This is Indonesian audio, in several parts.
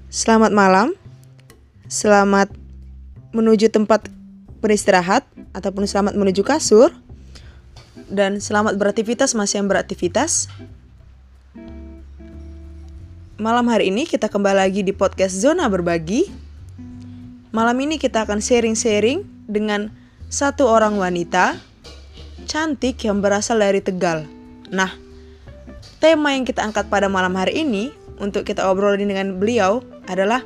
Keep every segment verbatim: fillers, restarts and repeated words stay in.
Selamat malam, selamat menuju tempat beristirahat ataupun selamat menuju kasur, dan selamat beraktivitas masih yang beraktivitas. Malam hari ini kita kembali lagi di podcast Zona Berbagi. Malam ini kita akan sharing-sharing dengan satu orang wanita cantik yang berasal dari Tegal. Nah, tema yang kita angkat pada malam hari ini untuk kita obrolin dengan beliau adalah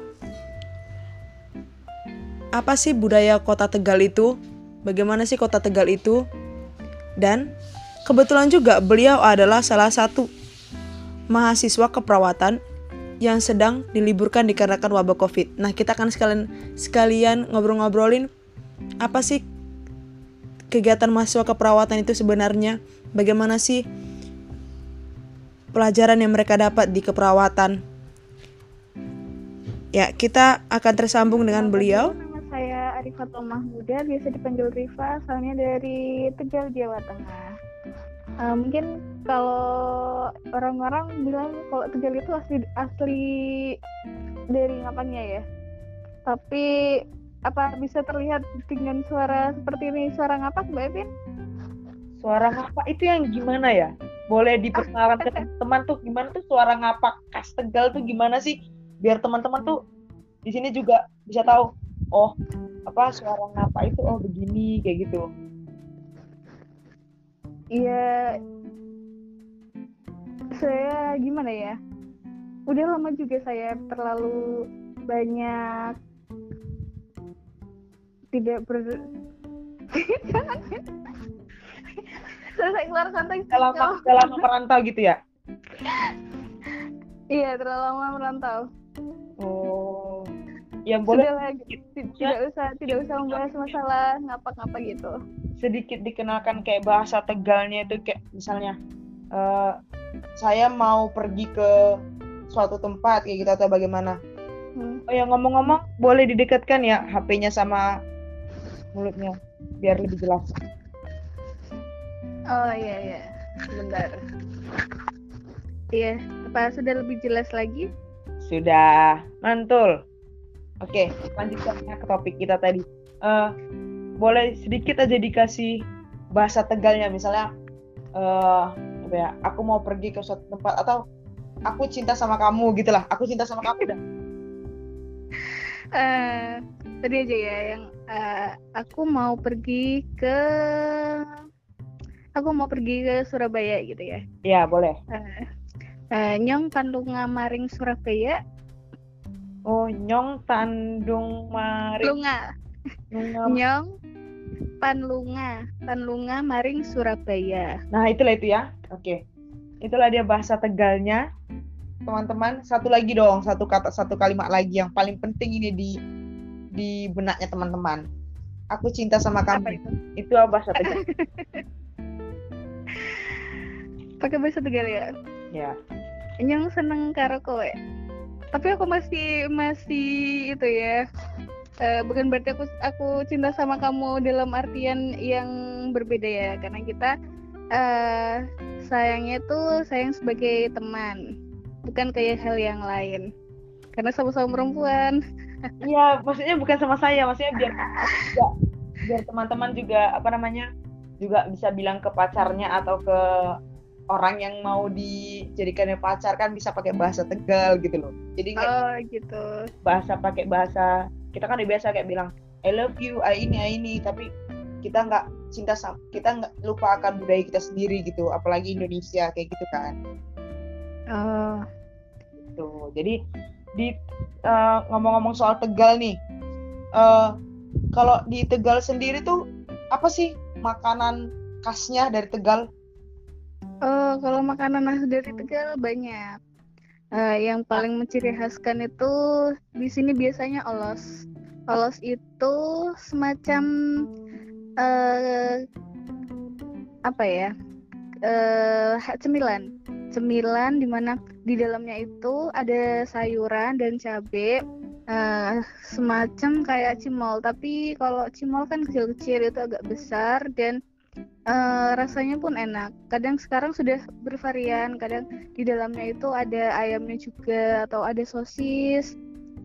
apa sih budaya kota Tegal itu? Bagaimana sih kota Tegal itu? Dan kebetulan juga beliau adalah salah satu mahasiswa keperawatan yang sedang diliburkan dikarenakan wabah Covid. Nah, kita akan sekalian sekalian ngobrol-ngobrolin apa sih kegiatan mahasiswa keperawatan itu sebenarnya? Bagaimana sih pelajaran yang mereka dapat di keperawatan? Ya, kita akan tersambung dengan beliau. Nama saya Arifatul Mahmuda, biasa dipanggil Rifa, asalnya dari Tegal, Jawa Tengah. Uh, mungkin kalau orang-orang bilang kalau Tegal itu asli asli dari ngapangnya ya. Tapi apa bisa terlihat dengan suara seperti ini, suara ngapak, Mbak Evin? Suara ngapak itu yang gimana ya? Boleh diperkenalkan ke teman-teman tuh gimana tuh suara ngapak khas Tegal tuh gimana sih? Biar teman-teman tuh di sini juga bisa tahu. Oh, apa suara ngapak itu oh begini kayak gitu. Iya. Saya gimana ya? Udah lama juga saya terlalu banyak tidak ber saya keluar konteks dalam dalam merantau gitu ya. Iya, terlalu lama merantau. Oh, ya boleh. Sudahlah, tidak ya. usah tidak usah membahas masalah ngapa-ngapa gitu. Sedikit dikenalkan kayak bahasa Tegalnya itu kayak misalnya uh, saya mau pergi ke suatu tempat kayak gitu atau bagaimana. Hmm. Oh ya, ngomong-ngomong boleh didekatkan ya H P-nya sama mulutnya biar lebih jelas. Oh iya iya, sebentar. Iya, apa sudah lebih jelas lagi? Sudah, mantul. Oke, lanjutkan ke topik kita tadi. Uh, boleh sedikit aja dikasih bahasa Tegalnya, misalnya, uh, apa ya? Aku mau pergi ke suatu tempat atau aku cinta sama kamu, gitulah. Aku cinta sama kamu dah. Uh, tadi aja ya, yang uh, aku mau pergi ke Aku mau pergi ke Surabaya gitu ya. Iya, boleh. Uh, uh, nyong Tandunga Maring Surabaya. Oh, nyong Tandung Maring. Lunga. Lunga. Nyong Panlunga, Panlunga Maring Surabaya. Nah, itulah itu ya. Oke. Itulah dia bahasa Tegalnya. Teman-teman, satu lagi dong, satu kata, satu kalimat lagi yang paling penting ini di di benaknya teman-teman. Aku cinta sama kamu. Apa itu? Itu bahasa Tegal. Pakai bahasa Tegal ya? Ya. Nyong seneng karo kowe. Tapi aku masih masih itu ya. Uh, bukan berarti aku aku cinta sama kamu dalam artian yang berbeda ya, karena kita uh, sayangnya tuh sayang sebagai teman, bukan kayak hal yang lain. Karena sama-sama perempuan. Iya, maksudnya bukan sama saya, maksudnya biar juga, biar teman-teman juga apa namanya juga bisa bilang ke pacarnya atau ke orang yang mau dijadikannya pacar kan bisa pakai bahasa Tegal gitu loh. Jadi kayak oh gitu. Bahasa pakai bahasa kita kan udah biasa kayak bilang I love you, I ini, I ini, tapi kita nggak cinta sama, kita nggak lupa akan budaya kita sendiri gitu, apalagi Indonesia kayak gitu kan. Oh. Gitu. Jadi di uh, ngomong-ngomong soal Tegal nih, uh, kalau di Tegal sendiri tuh apa sih makanan khasnya dari Tegal? Oh, kalau makanan khas dari Tegal banyak. Uh, yang paling menciri khaskan itu di sini biasanya olos. Olos itu semacam uh, apa ya? Uh, cemilan. Cemilan di mana di dalamnya itu ada sayuran dan cabai. Uh, semacam kayak cimol, tapi kalau cimol kan kecil-kecil, itu agak besar dan Uh, rasanya pun enak. Kadang sekarang sudah bervarian, kadang di dalamnya itu ada ayamnya juga atau ada sosis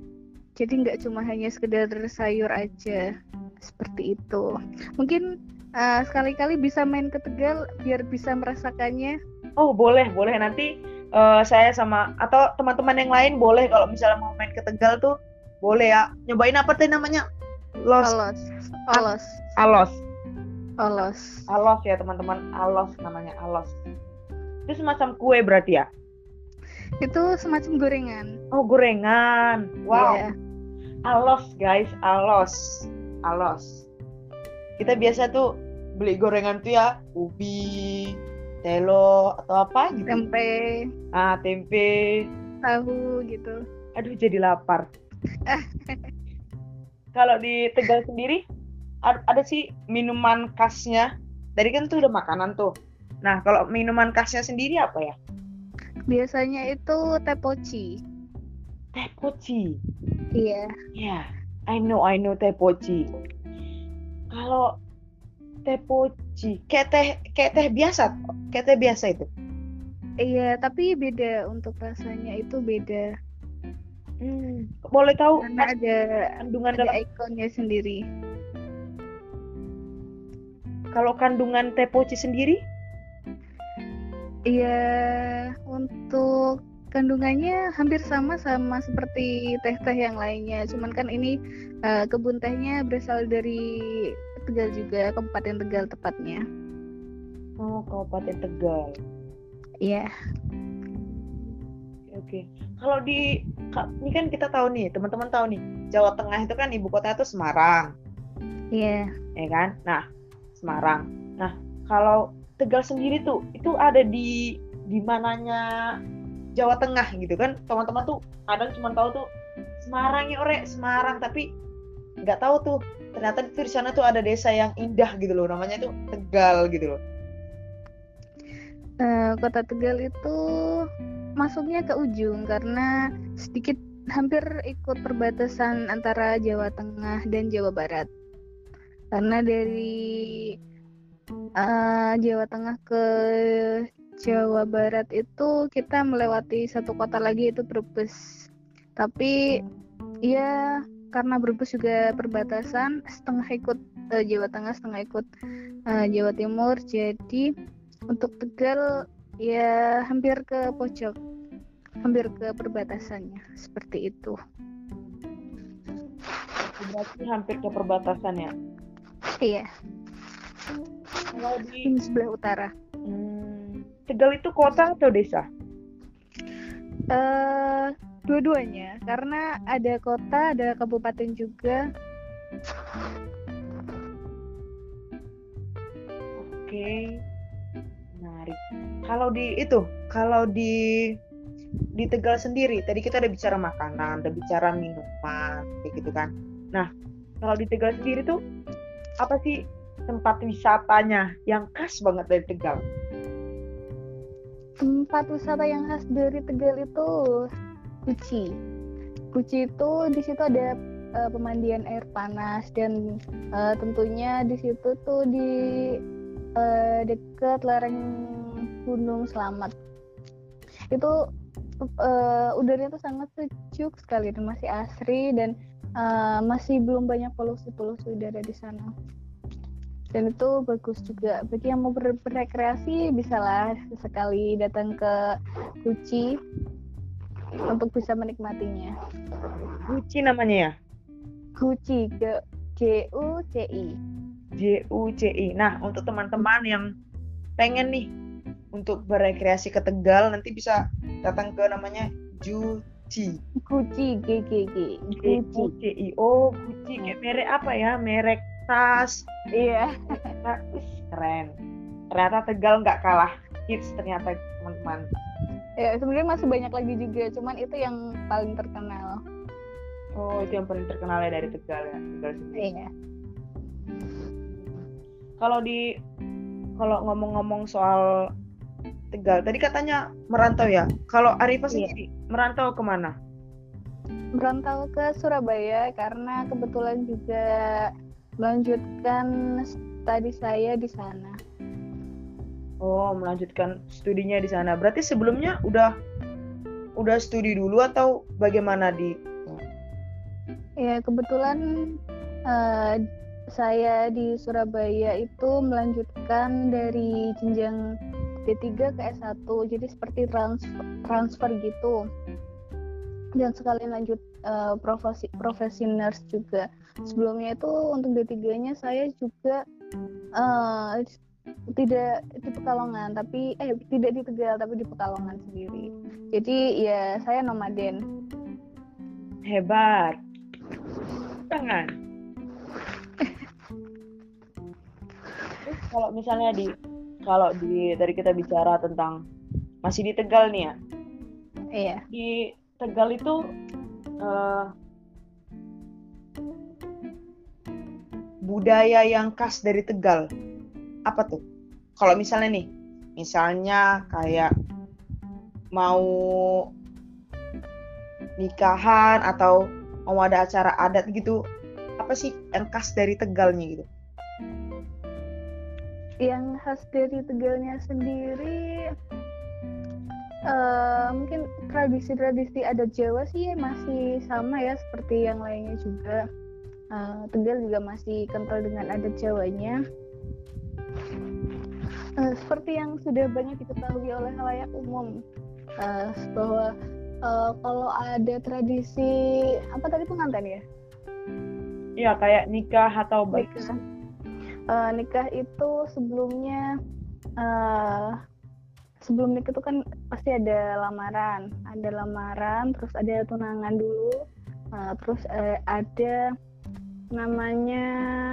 Jadi nggak cuma hanya sekedar sayur aja, seperti itu. Mungkin uh, sekali-kali bisa main ke Tegal biar bisa merasakannya. Oh boleh, boleh nanti uh, saya sama atau teman-teman yang lain boleh kalau misalnya mau main ke Tegal tuh boleh ya. Nyobain apa tadi namanya? Los. Olos, olos, Alos. olos. Alos ya teman-teman, alos namanya alos. Itu semacam kue berarti ya? Itu semacam gorengan. Oh gorengan, wow. Iya. Alos guys, alos, alos. Kita biasa tuh beli gorengan tuh ya, ubi, telo atau apa gitu. Tempe, Ah tempe. tahu gitu. Aduh jadi lapar. Kalau di Tegal sendiri ad- ada sih minuman khasnya. Tadi kan tuh udah makanan tuh. Nah kalau minuman khasnya sendiri apa ya? Biasanya itu teh poci. Teh poci. Iya. Ya, yeah, I know, I know teh poci. Kalau teh poci, kayak teh, kayak teh biasa, kayak teh biasa itu. Iya, tapi beda untuk rasanya itu beda. Hmm, boleh tahu Karena ada kandungan ada dalam ikonnya sendiri. kalau kandungan teh poci sendiri? Iya, untuk kandungannya hampir sama sama seperti teh-teh yang lainnya. Cuman kan ini uh, kebun tehnya berasal dari Tegal juga, Kabupaten Tegal tepatnya. Oh, Kabupaten Tegal. Iya. Oke. Kalau di ka- ini kan kita tahu nih, teman-teman tahu nih, Jawa Tengah itu kan ibu kota itu Semarang, Iya. ya kan? Nah, Semarang. Nah, kalau Tegal sendiri tuh itu ada di di mananya Jawa Tengah gitu kan? Teman-teman tuh kadang cuma tahu tuh Semarang ya ore, Semarang, tapi nggak tahu tuh ternyata itu di sana tuh ada desa yang indah gitu loh, namanya tuh Tegal gitu loh. Uh, kota Tegal itu masuknya ke ujung karena sedikit hampir ikut perbatasan antara Jawa Tengah dan Jawa Barat. Karena dari uh, Jawa Tengah ke Jawa Barat itu kita melewati satu kota lagi, itu Brebes. Tapi ya karena Brebes juga perbatasan, setengah ikut uh, Jawa Tengah, setengah ikut uh, Jawa Timur. Jadi untuk Tegal ya hampir ke pojok, hampir ke perbatasannya, seperti itu. Berarti hampir ke perbatasan ya? Iya. Kalau di Di sebelah utara. hmm, Tegal itu kota atau desa? Uh, dua-duanya, karena ada kota, ada kabupaten juga. Oke, menarik. Kalau di itu, kalau di di Tegal sendiri, tadi kita udah bicara makanan, udah bicara minuman, kayak gitu kan. Nah, kalau di Tegal sendiri tuh apa sih tempat wisatanya yang khas banget dari Tegal? Tempat wisata yang khas dari Tegal itu Guci. Guci itu di situ ada uh, pemandian air panas dan uh, tentunya di situ tuh di uh, dekat lereng Gunung Slamet. Itu uh, udaranya tuh sangat sejuk sekali dan masih asri dan uh, masih belum banyak polusi-polusi udara di sana. Dan itu bagus juga bagi yang mau ber- berekreasi, bisalah sekali datang ke Guci untuk bisa menikmatinya. Guci namanya ya? Guci, ke G U C I. J U C I. Nah, untuk teman-teman yang pengen nih untuk berekreasi ke Tegal, nanti bisa datang ke namanya Guci. Guci, G G G. G U C I. Oh, Guci. Kayak merek apa ya? Merek tas. Iya. Nah, keren. Ternyata Tegal nggak kalah hits ternyata teman-teman. Ya, sebenarnya masih banyak lagi juga, cuman itu yang paling terkenal. Oh, itu yang paling terkenal ya dari Tegal ya, Tegal sendiri. Iya. Kalau di kalau ngomong-ngomong soal Tegal, tadi katanya merantau ya. Kalau Arifah sendiri merantau kemana? Merantau ke Surabaya karena kebetulan juga melanjutkan studi saya di sana. Oh, melanjutkan studinya di sana. Berarti sebelumnya udah udah studi dulu atau bagaimana di Ya, kebetulan eh, saya di Surabaya itu melanjutkan dari jenjang D tiga ke S satu, jadi seperti transfer, transfer gitu. Dan sekalian lanjut uh, profesi profesi nurse juga. Sebelumnya itu untuk D tiga-nya saya juga uh, tidak di Pekalongan, tapi eh tidak di Tegal tapi di Pekalongan sendiri. Jadi ya saya nomaden. Hebat. Jangan. Terus kalau misalnya di kalau di dari kita bicara tentang masih di Tegal nih ya. Iya. Di Tegal itu uh, budaya yang khas dari Tegal apa tuh? Kalau misalnya nih, misalnya kayak mau nikahan atau mau ada acara adat gitu, apa sih yang khas dari Tegalnya gitu? Yang khas dari Tegalnya sendiri Uh, mungkin tradisi-tradisi adat Jawa sih masih sama ya seperti yang lainnya juga. Uh, Tegal juga masih kental dengan adat Jawanya. Uh, seperti yang sudah banyak diketahui oleh khalayak umum, uh, bahwa uh, kalau ada tradisi apa tadi pengantin ya? Iya, kayak nikah atau baik. Nikah. Uh, nikah itu sebelumnya. Uh, Sebelum nikah itu kan pasti ada lamaran, ada lamaran, terus ada tunangan dulu, uh, terus uh, ada namanya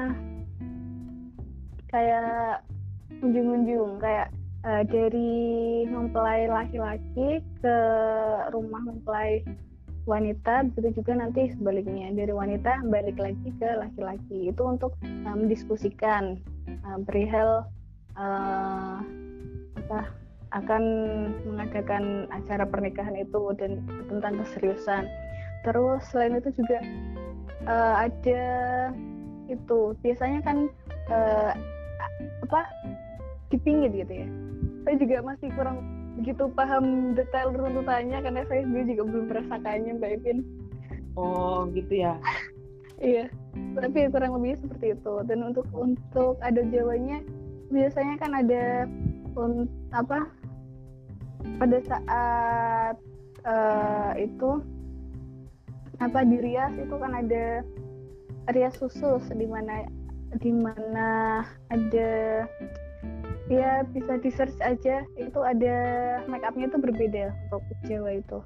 kayak unjung-unjung, kayak uh, dari mempelai laki-laki ke rumah mempelai wanita, begitu juga nanti sebaliknya dari wanita balik lagi ke laki-laki. Itu untuk uh, mendiskusikan uh, perihal uh, apa akan mengadakan acara pernikahan itu dan tentang keseriusan. Terus selain itu juga uh, ada itu biasanya kan uh, apa dipingit gitu ya. Saya juga masih kurang begitu paham detail runtutannya karena saya sendiri juga belum merasakannya, Mbak Ipin. Oh gitu ya. Iya, tapi kurang lebih seperti itu. Dan untuk untuk adat Jawanya biasanya kan ada un, apa pada saat uh, itu apa di rias itu kan ada rias khusus di mana di mana ada ya bisa di search aja, itu ada make upnya itu berbeda untuk Jawa itu.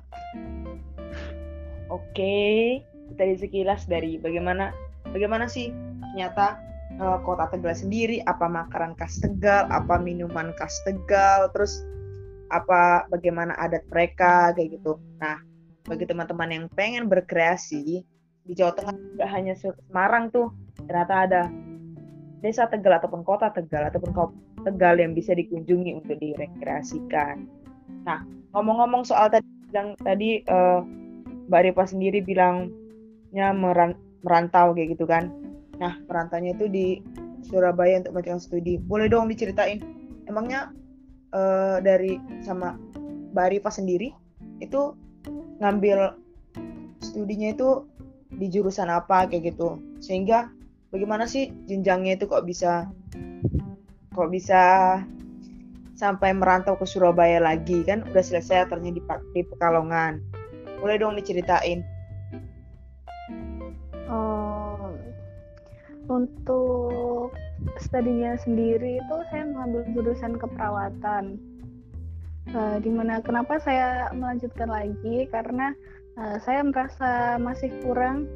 Oke, tadi sekilas dari bagaimana bagaimana sih ternyata uh, kota Tegal sendiri, apa makanan khas Tegal, apa minuman khas Tegal, terus apa bagaimana adat mereka kayak gitu. Nah, bagi teman-teman yang pengen berkreasi di Jawa Tengah, tidak hanya Semarang tuh, ternyata ada desa Tegal ataupun kota Tegal ataupun kota Tegal yang bisa dikunjungi untuk direkreasikan. Nah, ngomong-ngomong soal tadi bilang tadi uh, Mbak Rifa sendiri bilangnya meran, merantau kayak gitu kan. Nah, merantaunya itu di Surabaya untuk melanjutkan studi. Boleh dong diceritain, emangnya Uh, dari sama Mbak Rifa sendiri itu ngambil studinya itu di jurusan apa kayak gitu, sehingga bagaimana sih jenjangnya itu kok bisa kok bisa sampai merantau ke Surabaya lagi, kan udah selesai ternyata di, di Pekalongan. Boleh dong diceritain. Oh, untuk studinya sendiri itu saya mengambil jurusan keperawatan. Uh, dimana kenapa saya melanjutkan lagi karena uh, saya merasa masih kurang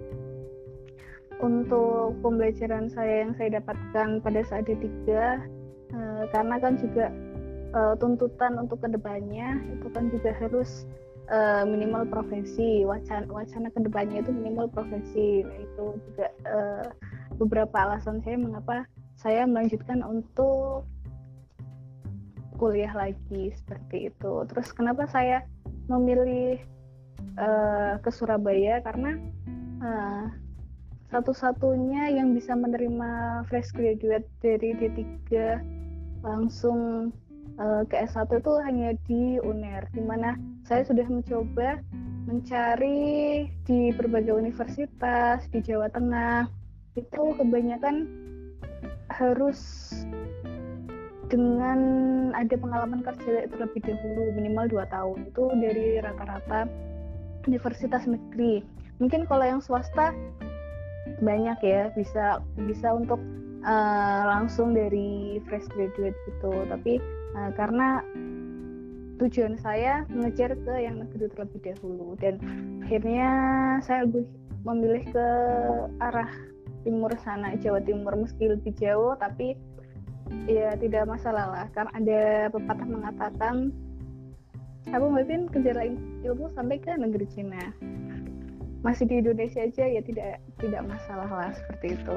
untuk pembelajaran saya yang saya dapatkan pada saat D tiga, uh, karena kan juga uh, tuntutan untuk kedepannya itu kan juga harus uh, minimal profesi, wacana wacana kedepannya itu minimal profesi. Nah, itu juga uh, beberapa alasan saya mengapa saya melanjutkan untuk kuliah lagi seperti itu. Terus kenapa saya memilih uh, ke Surabaya, karena uh, satu-satunya yang bisa menerima fresh graduate dari D tiga langsung uh, ke S satu itu hanya di U N E R, dimana saya sudah mencoba mencari di berbagai universitas di Jawa Tengah itu kebanyakan harus dengan ada pengalaman kerja terlebih dahulu minimal dua tahun, itu dari rata-rata universitas negeri. Mungkin kalau yang swasta banyak ya, bisa bisa untuk uh, langsung dari fresh graduate gitu, tapi uh, karena tujuan saya mengejar ke yang negeri terlebih dahulu, dan akhirnya saya lebih memilih ke arah timur sana, Jawa Timur, meski lebih jauh tapi ya tidak masalah lah, karena ada pepatah mengatakan apa mungkin kejar ilmu sampai ke negeri Cina, masih di Indonesia aja ya tidak tidak masalah lah, seperti itu.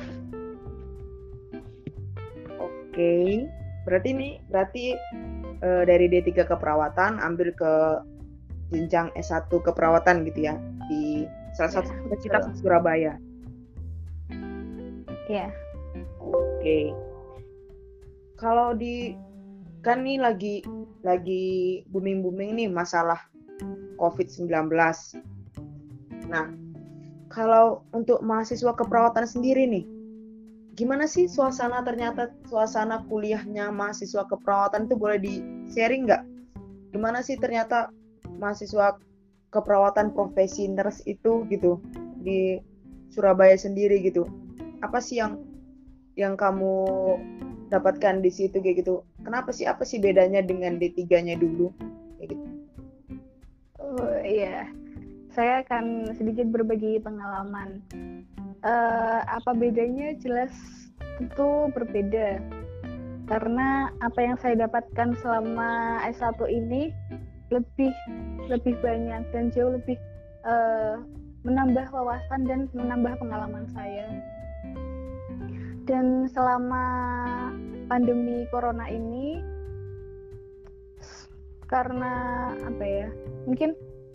Oke, berarti nih berarti e, dari D tiga keperawatan ambil ke jenjang S satu keperawatan gitu ya di salah satu Ya, universitas betul. di Surabaya. Ya. Oke. Kalau di kan nih lagi lagi booming-booming nih masalah covid sembilan belas. Nah, kalau untuk mahasiswa keperawatan sendiri nih, gimana sih suasana ternyata suasana kuliahnya mahasiswa keperawatan itu, boleh di-sharing nggak? Gimana sih ternyata mahasiswa keperawatan profesi nurse itu gitu di Surabaya sendiri gitu? Apa sih yang yang kamu dapatkan di situ kayak gitu? Kenapa sih, apa sih bedanya dengan D tiga-nya dulu kayak gitu? Oh iya, saya akan sedikit berbagi pengalaman. Uh, apa bedanya? Jelas tentu berbeda, karena apa yang saya dapatkan selama S satu ini lebih lebih banyak dan jauh lebih uh, menambah wawasan dan menambah pengalaman saya. Dan selama pandemi corona ini, karena apa ya, mungkin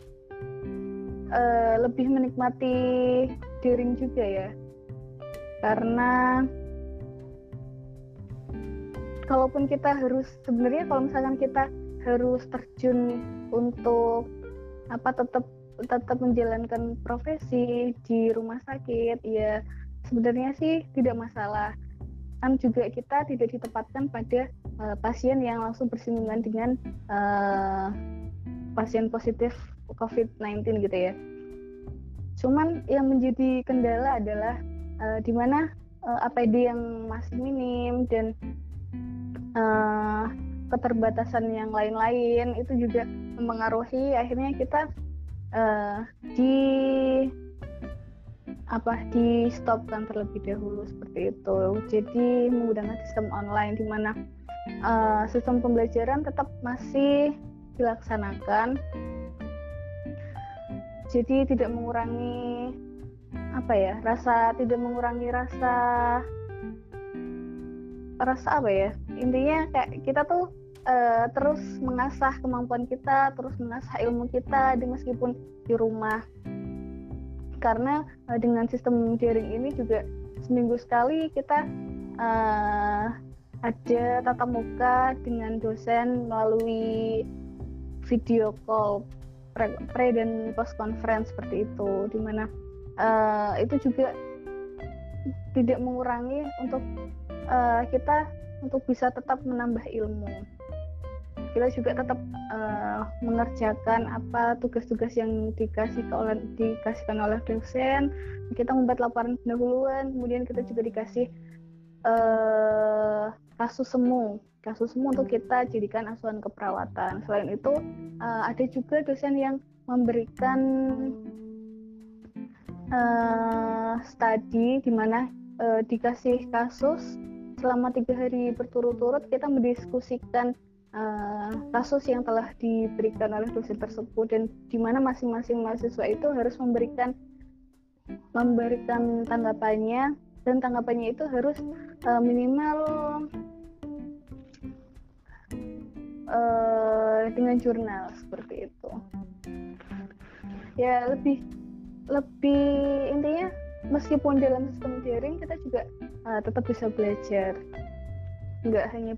uh, lebih menikmati daring juga ya, karena kalaupun kita harus, sebenarnya kalau misalkan kita harus terjun untuk apa tetap tetap menjalankan profesi di rumah sakit, ya sebenarnya sih tidak masalah, kan juga kita tidak ditempatkan pada uh, pasien yang langsung bersinggungan dengan uh, pasien positif covid sembilan belas gitu ya. Cuman yang menjadi kendala adalah uh, di mana uh, A P D yang masih minim dan uh, keterbatasan yang lain-lain itu juga mempengaruhi akhirnya kita uh, di apa di stopkan terlebih dahulu seperti itu. Jadi menggunakan sistem online di mana uh, sistem pembelajaran tetap masih dilaksanakan. Jadi tidak mengurangi apa ya, rasa tidak mengurangi rasa rasa apa ya, intinya kayak kita tuh uh, terus mengasah kemampuan kita, terus mengasah ilmu kita di meskipun di rumah, karena uh, dengan sistem daring ini juga seminggu sekali kita uh, ada tatap muka dengan dosen melalui video call pre, pre dan post conference seperti itu, dimana uh, itu juga tidak mengurangi untuk uh, kita untuk bisa tetap menambah ilmu. Kita juga tetap uh, mengerjakan apa tugas-tugas yang dikasih oleh dikasihkan oleh dosen. Kita membuat laporan pendahuluan, kemudian kita juga dikasih uh, kasus semu kasus semu untuk kita jadikan asuhan keperawatan. Selain itu uh, ada juga dosen yang memberikan uh, studi di mana uh, dikasih kasus selama tiga hari berturut-turut, kita mendiskusikan uh, kasus yang telah diberikan oleh dosen tersebut, dan di mana masing-masing mahasiswa itu harus memberikan memberikan tanggapannya, dan tanggapannya itu harus uh, minimal uh, dengan jurnal seperti itu. Ya lebih lebih intinya meskipun dalam sistem daring kita juga uh, tetap bisa belajar, nggak hanya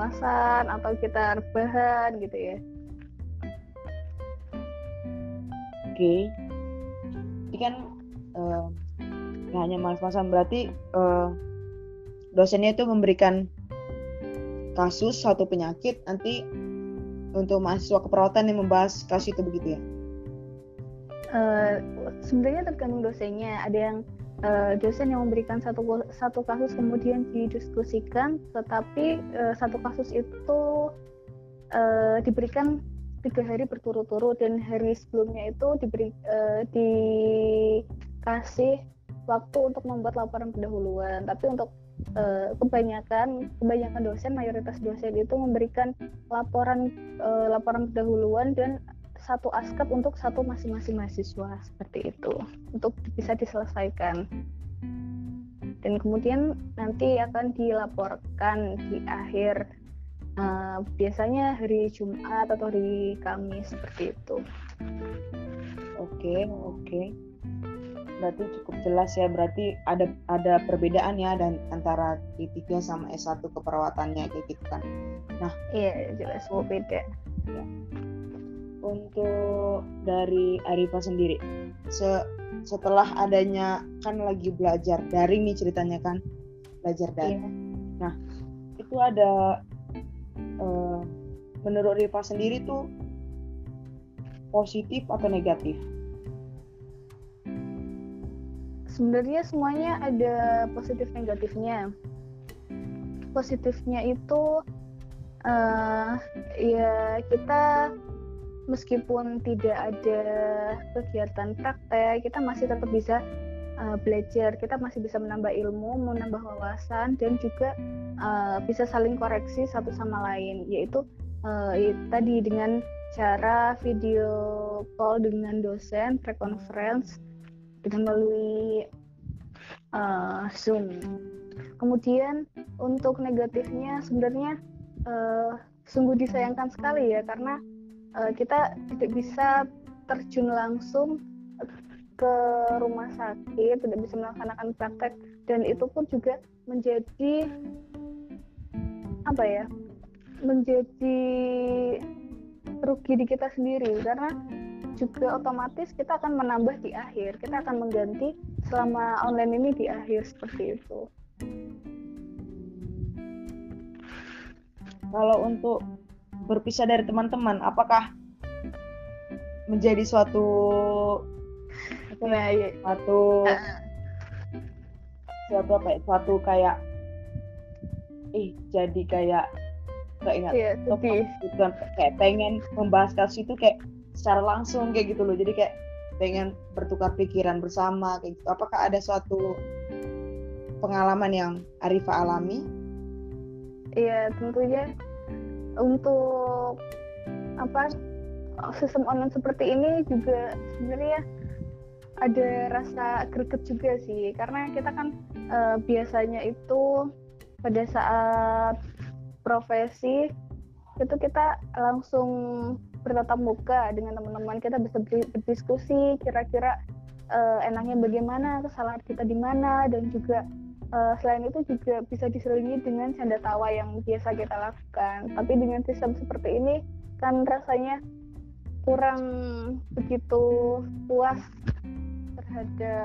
bermalas-malasan atau kita rebahan gitu ya. Oke. Ini kan eh, nggak hanya malas-malasan, berarti eh, dosennya itu memberikan kasus suatu penyakit, nanti untuk mahasiswa keperawatan yang membahas kasus itu, begitu ya? Eh, sebenarnya tergantung dosennya. Ada yang eh, dosen yang memberikan satu satu kasus kemudian didiskusikan, tetapi eh, satu kasus itu eh, diberikan tiga hari berturut-turut, dan hari sebelumnya itu diberi eh, dikasih waktu untuk membuat laporan pendahuluan. Tapi untuk eh, kebanyakan kebanyakan dosen, mayoritas dosen itu memberikan laporan eh, laporan pendahuluan dan satu askap untuk satu masing-masing mahasiswa, seperti itu, untuk bisa diselesaikan. Dan kemudian nanti akan dilaporkan di akhir, uh, biasanya hari Jumat atau hari Kamis, seperti itu. Oke, oke. Berarti cukup jelas ya, berarti ada ada perbedaan ya dan antara D tiga sama S satu keperawatannya kayak gitu kan. Nah, iya jelas beda. Ya. Untuk dari Arifa sendiri, se- setelah adanya, kan lagi belajar daring nih ceritanya kan, belajar daring. Iya. Nah, itu ada uh, menurut Rifa sendiri tuh positif atau negatif? Sebenarnya semuanya ada positif negatifnya. Positifnya itu uh, ya kita meskipun tidak ada kegiatan praktek, kita masih tetap bisa uh, belajar, kita masih bisa menambah ilmu, menambah wawasan, dan juga uh, bisa saling koreksi satu sama lain, yaitu uh, tadi dengan cara video call dengan dosen, pre-conference, dengan melalui uh, Zoom. Kemudian untuk negatifnya sebenarnya uh, sungguh disayangkan sekali ya, karena Uh, kita tidak bisa terjun langsung ke rumah sakit, tidak bisa melaksanakan praktek, dan itu pun juga menjadi apa ya, menjadi rugi di kita sendiri, karena juga otomatis kita akan menambah di akhir, kita akan mengganti selama online ini di akhir, seperti itu. Kalau untuk berpisah dari teman-teman, apakah menjadi suatu nah, iya. suatu suatu apa ya, suatu kayak ih jadi kayak nggak ingat iya, bukan kayak pengen membahas kasus itu kayak secara langsung kayak gitu loh, jadi kayak pengen bertukar pikiran bersama kayak gitu. Apakah ada suatu pengalaman yang Arifa alami? Iya, tentunya untuk apa sistem online seperti ini juga sebenarnya ada rasa greget juga sih, karena kita kan e, biasanya itu pada saat profesi itu kita langsung bertatap muka dengan teman-teman, kita bisa berdiskusi kira-kira e, enaknya bagaimana, kesalahan kita di mana, dan juga Uh, selain itu juga bisa diselingi dengan canda tawa yang biasa kita lakukan. Tapi dengan sistem seperti ini kan rasanya kurang begitu puas terhadap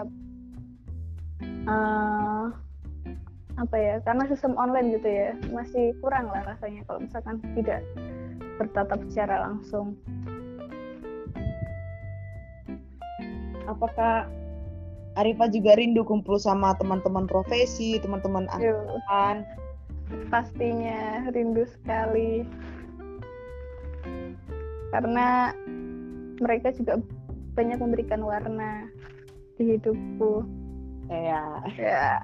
uh, apa ya, karena sistem online gitu ya, masih kurang lah rasanya kalau misalkan tidak bertatap secara langsung. Apakah Arifa juga rindu kumpul sama teman-teman profesi, teman-teman angkatan? Pastinya rindu sekali, karena mereka juga banyak memberikan warna di hidupku. Ya. Ya.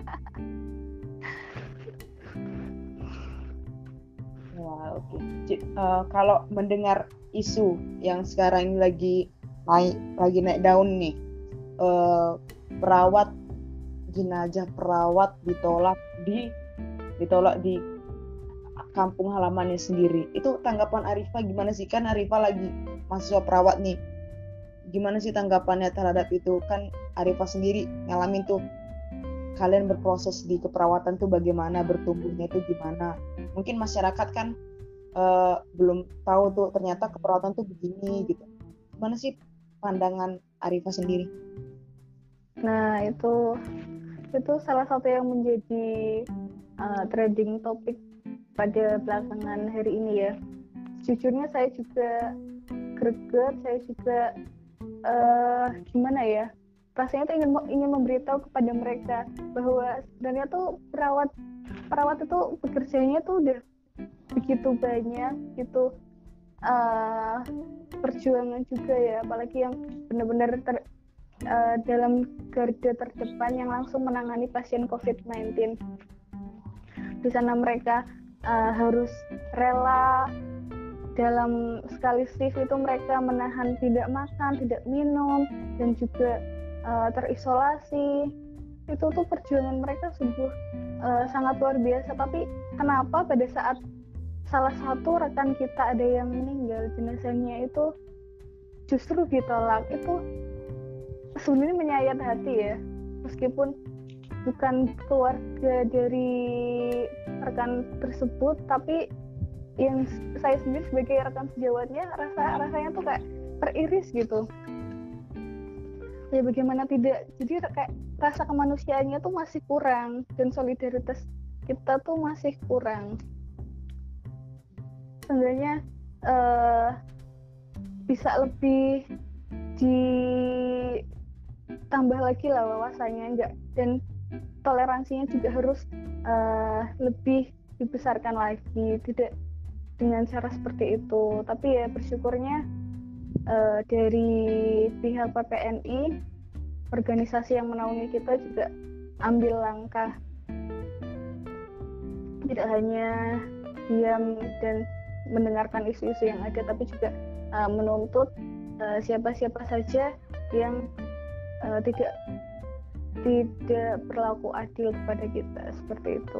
Wah, oke. Okay. Uh, kalau mendengar isu yang sekarang lagi naik, lagi naik daun nih. Uh, perawat jenazah perawat ditolak di ditolak di kampung halamannya sendiri. Itu tanggapan Arifa gimana sih? Kan Arifa lagi mahasiswa perawat nih. Gimana sih tanggapannya terhadap itu? Kan Arifa sendiri ngalamin tuh, kalian berproses di keperawatan tuh bagaimana, bertumbuhnya itu gimana. Mungkin masyarakat kan uh, belum tahu tuh ternyata keperawatan tuh begini gitu. Gimana sih pandangan Arifah sendiri? Nah, itu itu salah satu yang menjadi uh, trending topik pada belakangan hari ini ya. Sejujurnya saya juga greget, saya juga uh, gimana ya, rasanya tuh ingin ingin memberitahu kepada mereka bahwa sebenarnya tuh perawat perawat itu bekerjanya tuh udah begitu banyak, gitu uh, perjuangan juga ya, apalagi yang benar-benar ter, uh, dalam garda terdepan yang langsung menangani pasien covid sembilan belas. Di sana mereka uh, harus rela dalam sekali shift itu mereka menahan tidak makan, tidak minum, dan juga uh, terisolasi. Itu tuh perjuangan mereka sungguh uh, sangat luar biasa. Tapi kenapa pada saat salah satu rekan kita ada yang meninggal, jenazahnya itu justru ditolak, itu sebenarnya menyayat hati ya. Meskipun bukan keluarga dari rekan tersebut, tapi yang saya sendiri sebagai rekan sejawatnya rasa rasanya tuh kayak teriris gitu. Ya bagaimana tidak, jadi kayak rasa kemanusiaannya tuh masih kurang dan solidaritas kita tuh masih kurang. Sebenarnya uh, bisa lebih ditambah lagi lah wawasannya, enggak, dan toleransinya juga harus uh, lebih dibesarkan lagi, tidak dengan cara seperti itu. Tapi ya bersyukurnya uh, dari pihak P P N I, organisasi yang menaungi kita juga ambil langkah, tidak hanya diam dan mendengarkan isu-isu yang ada, tapi juga uh, menuntut uh, siapa-siapa saja yang uh, tidak tidak berlaku adil kepada kita, seperti itu.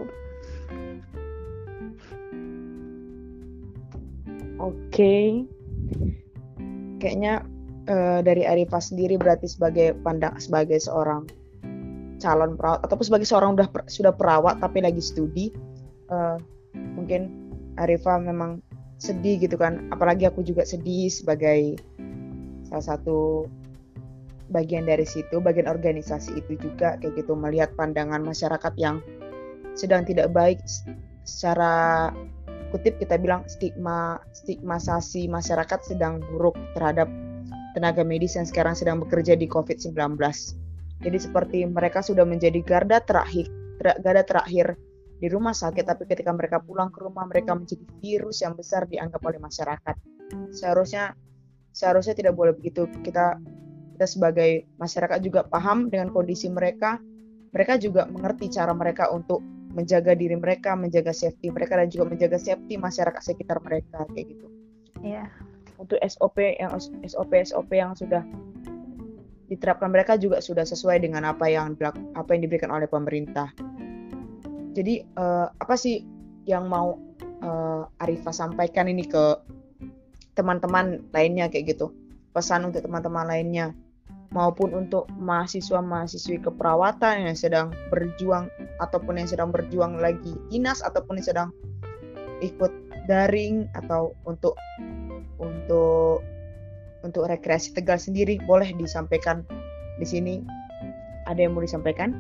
Oke, okay. Kayaknya uh, dari Arifah sendiri berarti sebagai pandang sebagai seorang calon perawat ataupun sebagai seorang udah per, sudah perawat tapi lagi studi, uh, mungkin Arifah memang sedih gitu kan. Apalagi aku juga sedih sebagai salah satu bagian dari situ, bagian organisasi itu juga kayak gitu, melihat pandangan masyarakat yang sedang tidak baik, secara kutip kita bilang stigma stigmatisasi masyarakat sedang buruk terhadap tenaga medis yang sekarang sedang bekerja di covid sembilan belas. Jadi seperti mereka sudah menjadi garda terakhir garda terakhir di rumah sakit, tapi ketika mereka pulang ke rumah mereka menjadi virus yang besar dianggap oleh masyarakat. Seharusnya seharusnya tidak boleh begitu. Kita kita sebagai masyarakat juga paham dengan kondisi mereka. Mereka juga mengerti cara mereka untuk menjaga diri mereka, menjaga safety mereka, dan juga menjaga safety masyarakat sekitar mereka kayak gitu. Iya. Yeah. Untuk S O P yang S O P S O P yang sudah diterapkan mereka juga sudah sesuai dengan apa yang apa yang diberikan oleh pemerintah. Jadi uh, apa sih yang mau uh, Arifah sampaikan ini ke teman-teman lainnya kayak gitu? Pesan untuk teman-teman lainnya maupun untuk mahasiswa-mahasiswi keperawatan yang sedang berjuang ataupun yang sedang berjuang lagi dinas ataupun yang sedang ikut daring atau untuk untuk untuk rekreasi Tegal sendiri, boleh disampaikan di sini. Ada yang mau disampaikan?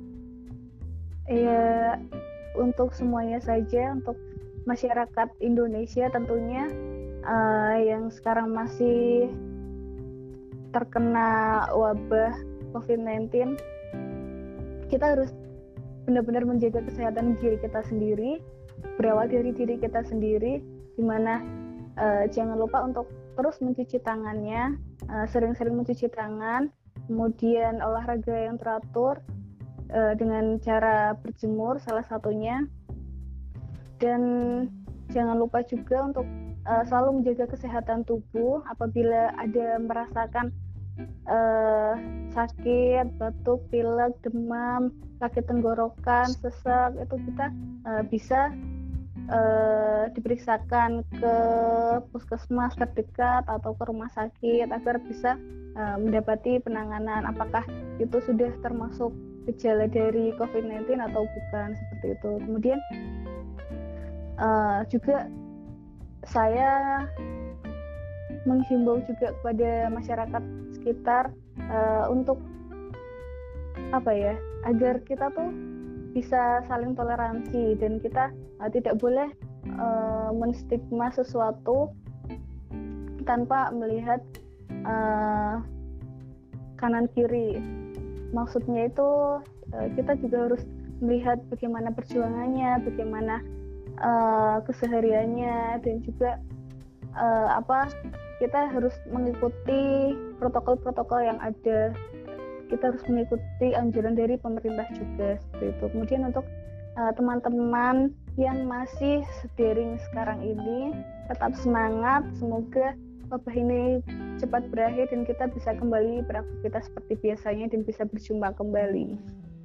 Ya, untuk semuanya saja, untuk masyarakat Indonesia tentunya uh, yang sekarang masih terkena wabah covid sembilan belas, kita harus benar-benar menjaga kesehatan diri kita sendiri, berawal dari diri kita sendiri, dimana uh, jangan lupa untuk terus mencuci tangannya, uh, sering-sering mencuci tangan, kemudian olahraga yang teratur uh, dengan cara berjemur salah satunya, dan jangan lupa juga untuk uh, selalu menjaga kesehatan tubuh. Apabila ada merasakan uh, sakit, batuk, pilek, demam, sakit tenggorokan, sesak, itu kita uh, bisa uh, diperiksakan ke puskesmas terdekat atau ke rumah sakit agar bisa uh, mendapati penanganan apakah itu sudah termasuk gejala dari covid sembilan belas atau bukan, seperti itu. Kemudian uh, juga saya menghimbau juga kepada masyarakat sekitar uh, untuk apa ya, agar kita tuh bisa saling toleransi dan kita uh, tidak boleh uh, menstigma sesuatu tanpa melihat uh, kanan kiri. Maksudnya itu uh, kita juga harus melihat bagaimana perjuangannya, bagaimana uh, kesehariannya, dan juga uh, apa kita harus mengikuti protokol-protokol yang ada. Kita harus mengikuti anjuran dari pemerintah juga seperti itu. Kemudian untuk uh, teman-teman yang masih daring sekarang ini, tetap semangat. Semoga wabah ini cepat berakhir dan kita bisa kembali beraktivitas seperti biasanya dan bisa berjumpa kembali.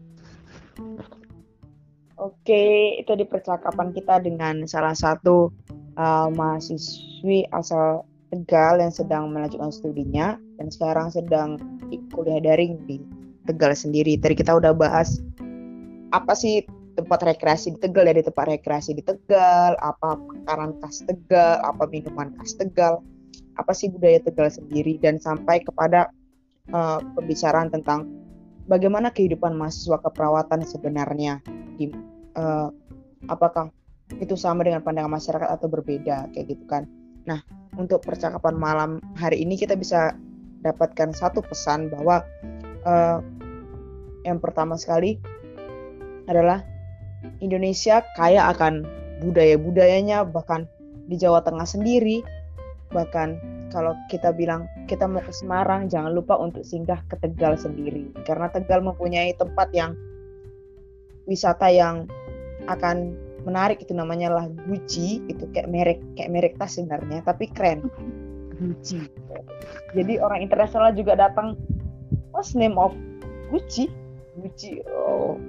Oke, itu di percakapan kita dengan salah satu uh, mahasiswi asal Tegal yang sedang melanjutkan studinya dan sekarang sedang kuliah daring di Tegal sendiri. Tadi kita udah bahas apa sih tempat rekreasi di Tegal, dari tempat rekreasi di Tegal, apa makanan khas Tegal, apa minuman khas Tegal, apa sih budaya Tegal sendiri, dan sampai kepada uh, pembicaraan tentang bagaimana kehidupan mahasiswa keperawatan sebenarnya, di, uh, apakah itu sama dengan pandangan masyarakat atau berbeda, kayak gitu kan. Nah, untuk percakapan malam hari ini kita bisa dapatkan satu pesan bahwa uh, yang pertama sekali adalah Indonesia kaya akan budaya-budayanya, bahkan di Jawa Tengah sendiri. Bahkan kalau kita bilang kita mau ke Semarang, jangan lupa untuk singgah ke Tegal sendiri, karena Tegal mempunyai tempat yang wisata yang akan menarik, itu namanya lah Gucci. Itu kayak merek kayak merek tas sebenarnya, tapi keren, Gucci. Jadi orang internasional juga datang. What's name of Gucci? Gucci. Oh,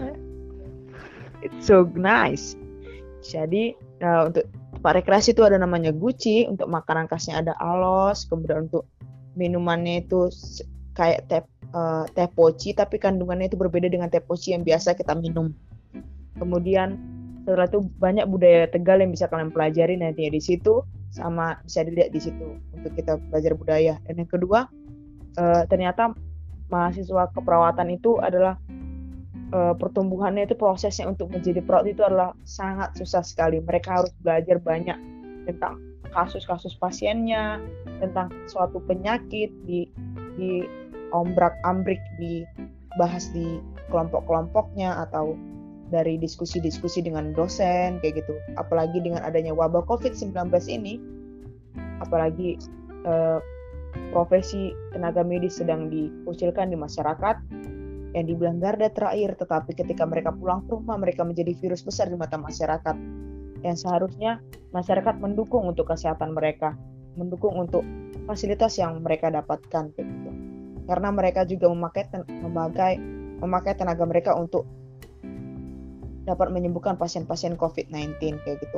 it's so nice. Jadi uh, untuk tempat rekreasi itu ada namanya Gucci. Untuk makanan khasnya ada alos. Kemudian untuk minumannya itu kayak teh uh, teh poci, tapi kandungannya itu berbeda dengan teh poci yang biasa kita minum. Kemudian setelah itu banyak budaya Tegal yang bisa kalian pelajari nantinya di situ, sama bisa dilihat di situ untuk kita belajar budaya. Dan yang kedua, uh, ternyata mahasiswa keperawatan itu adalah uh, pertumbuhannya itu, prosesnya untuk menjadi perawat itu adalah sangat susah sekali. Mereka harus belajar banyak tentang kasus-kasus pasiennya, tentang suatu penyakit, di di ombrak-ambrik dibahas di kelompok-kelompoknya atau dari diskusi-diskusi dengan dosen kayak gitu. Apalagi dengan adanya wabah covid sembilan belas ini, apalagi eh, profesi tenaga medis sedang dikucilkan di masyarakat, yang dibilang garda terakhir, tetapi ketika mereka pulang ke rumah mereka menjadi virus besar di mata masyarakat. Yang seharusnya masyarakat mendukung untuk kesehatan mereka, mendukung untuk fasilitas yang mereka dapatkan kayak gitu. Karena mereka juga memakai ten- memakai memakai tenaga mereka untuk dapat menyembuhkan pasien-pasien covid sembilan belas kayak gitu.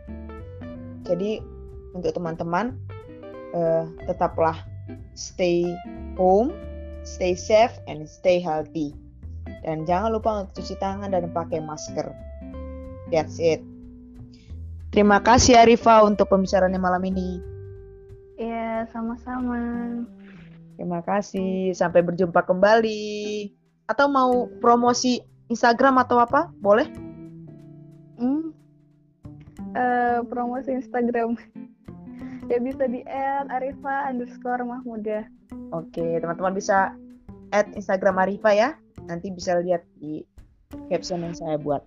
Jadi untuk teman-teman uh, tetaplah stay home, stay safe and stay healthy. Dan jangan lupa untuk cuci tangan dan pakai masker. That's it. Terima kasih Arifa untuk pembicaraannya malam ini. Ya, sama-sama. Terima kasih. Sampai berjumpa kembali. Atau mau promosi Instagram atau apa? Boleh? Hmm. Uh, promosi Instagram. Ya bisa di at arifa underscore mahmudah. Oke, teman-teman bisa add Instagram Arifa ya. Nanti bisa lihat di caption yang saya buat.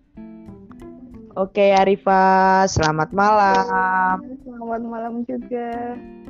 Oke Arifa, selamat malam. Selamat malam juga.